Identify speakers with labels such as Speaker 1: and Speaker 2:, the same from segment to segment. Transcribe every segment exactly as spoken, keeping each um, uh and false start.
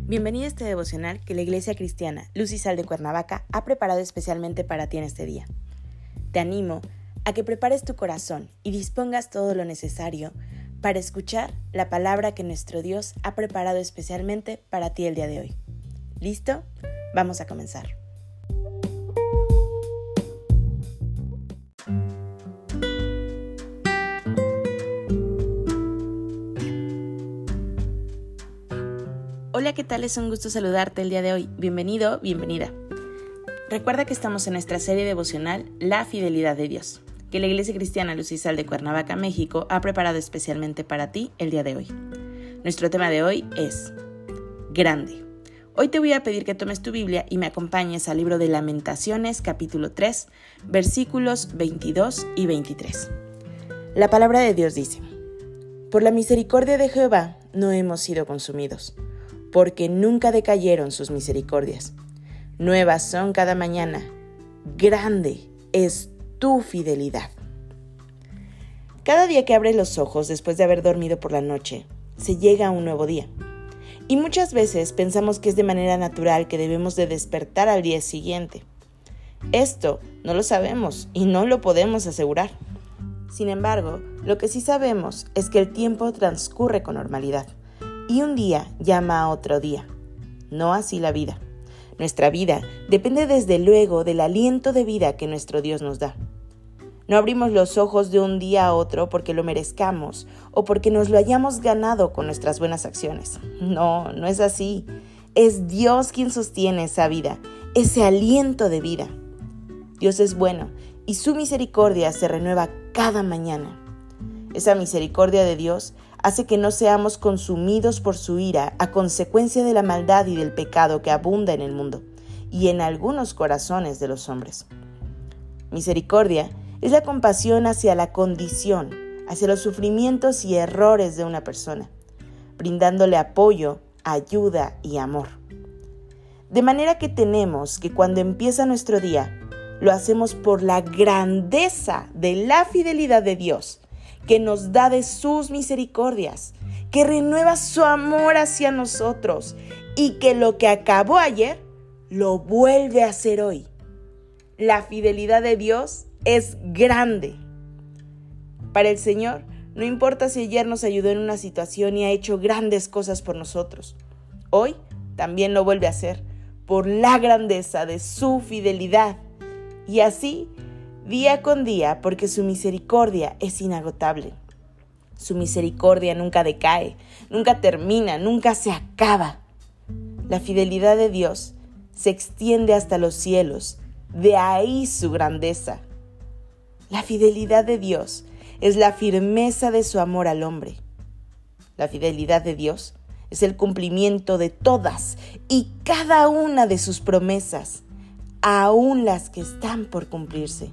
Speaker 1: Bienvenido a este devocional que la Iglesia Cristiana Luz y Sal de Cuernavaca ha preparado especialmente para ti en este día. Te animo a que prepares tu corazón y dispongas todo lo necesario para escuchar la palabra que nuestro Dios ha preparado especialmente para ti el día de hoy. ¿Listo? Vamos a comenzar. Hola, ¿qué tal? Es un gusto saludarte el día de hoy. Bienvenido, bienvenida. Recuerda que estamos en nuestra serie devocional La Fidelidad de Dios, que la Iglesia Cristiana Luz y Sal de Cuernavaca, México, ha preparado especialmente para ti el día de hoy. Nuestro tema de hoy es Grande. Hoy te voy a pedir que tomes tu Biblia y me acompañes al libro de Lamentaciones, capítulo tres, versículos veintidós y veintitrés. La palabra de Dios dice: Por la misericordia de Jehová no hemos sido consumidos, porque nunca decayeron sus misericordias. Nuevas son cada mañana, grande es tu fidelidad. Cada día que abres los ojos después de haber dormido por la noche, se llega a un nuevo día. Y muchas veces pensamos que es de manera natural que debemos de despertar al día siguiente. Esto no lo sabemos y no lo podemos asegurar. Sin embargo, lo que sí sabemos es que el tiempo transcurre con normalidad. Y un día llama a otro día, no así la vida. Nuestra vida depende desde luego del aliento de vida que nuestro Dios nos da. No abrimos los ojos de un día a otro porque lo merezcamos o porque nos lo hayamos ganado con nuestras buenas acciones. No, no es así. Es Dios quien sostiene esa vida, ese aliento de vida. Dios es bueno y su misericordia se renueva cada mañana. Esa misericordia de Dios hace que no seamos consumidos por su ira a consecuencia de la maldad y del pecado que abunda en el mundo y en algunos corazones de los hombres. Misericordia es la compasión hacia la condición, hacia los sufrimientos y errores de una persona, brindándole apoyo, ayuda y amor. De manera que tenemos que cuando empieza nuestro día, lo hacemos por la grandeza de la fidelidad de Dios, que nos da de sus misericordias, que renueva su amor hacia nosotros y que lo que acabó ayer, lo vuelve a hacer hoy. La fidelidad de Dios es grande. Para el Señor, no importa si ayer nos ayudó en una situación y ha hecho grandes cosas por nosotros. Hoy también lo vuelve a hacer por la grandeza de su fidelidad. Y así, día con día, porque su misericordia es inagotable. Su misericordia nunca decae, nunca termina, nunca se acaba. La fidelidad de Dios se extiende hasta los cielos, de ahí su grandeza. La fidelidad de Dios es la firmeza de su amor al hombre. La fidelidad de Dios es el cumplimiento de todas y cada una de sus promesas, aún las que están por cumplirse.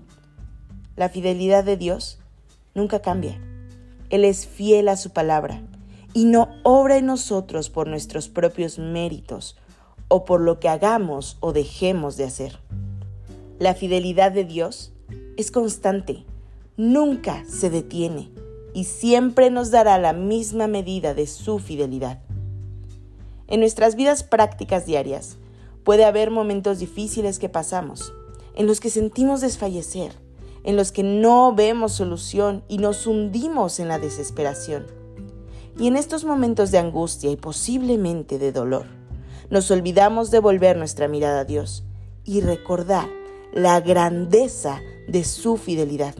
Speaker 1: La fidelidad de Dios nunca cambia. Él es fiel a su palabra y no obra en nosotros por nuestros propios méritos o por lo que hagamos o dejemos de hacer. La fidelidad de Dios es constante, nunca se detiene y siempre nos dará la misma medida de su fidelidad. En nuestras vidas prácticas diarias puede haber momentos difíciles que pasamos, en los que sentimos desfallecer, en los que no vemos solución y nos hundimos en la desesperación. Y en estos momentos de angustia y posiblemente de dolor, nos olvidamos de volver nuestra mirada a Dios y recordar la grandeza de su fidelidad.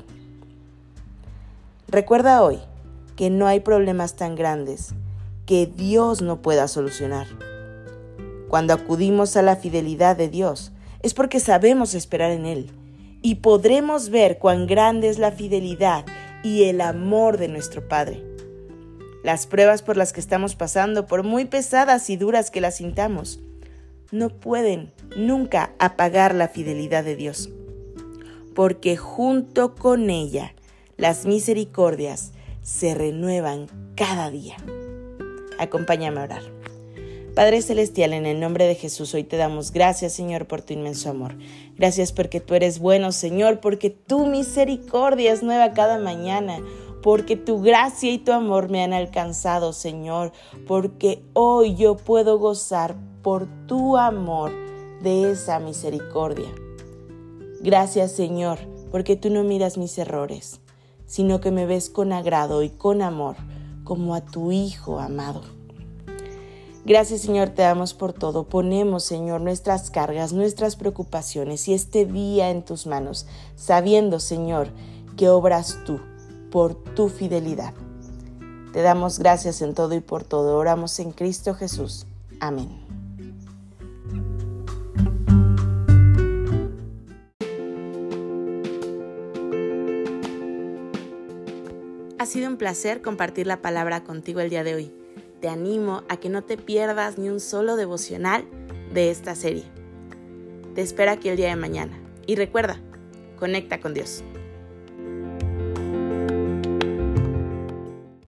Speaker 1: Recuerda hoy que no hay problemas tan grandes que Dios no pueda solucionar. Cuando acudimos a la fidelidad de Dios, es porque sabemos esperar en Él y podremos ver cuán grande es la fidelidad y el amor de nuestro Padre. Las pruebas por las que estamos pasando, por muy pesadas y duras que las sintamos, no pueden nunca apagar la fidelidad de Dios, porque junto con ella las misericordias se renuevan cada día. Acompáñame a orar. Padre Celestial, en el nombre de Jesús, hoy te damos gracias, Señor, por tu inmenso amor. Gracias porque tú eres bueno, Señor, porque tu misericordia es nueva cada mañana, porque tu gracia y tu amor me han alcanzado, Señor, porque hoy yo puedo gozar por tu amor de esa misericordia. Gracias, Señor, porque tú no miras mis errores, sino que me ves con agrado y con amor, como a tu Hijo amado. Gracias, Señor, te damos por todo. Ponemos, Señor, nuestras cargas, nuestras preocupaciones y este día en tus manos, sabiendo, Señor, que obras tú por tu fidelidad. Te damos gracias en todo y por todo. Oramos en Cristo Jesús. Amén. Ha sido un placer compartir la palabra contigo el día de hoy. Te animo a que no te pierdas ni un solo devocional de esta serie. Te espero aquí el día de mañana. Y recuerda, conecta con Dios.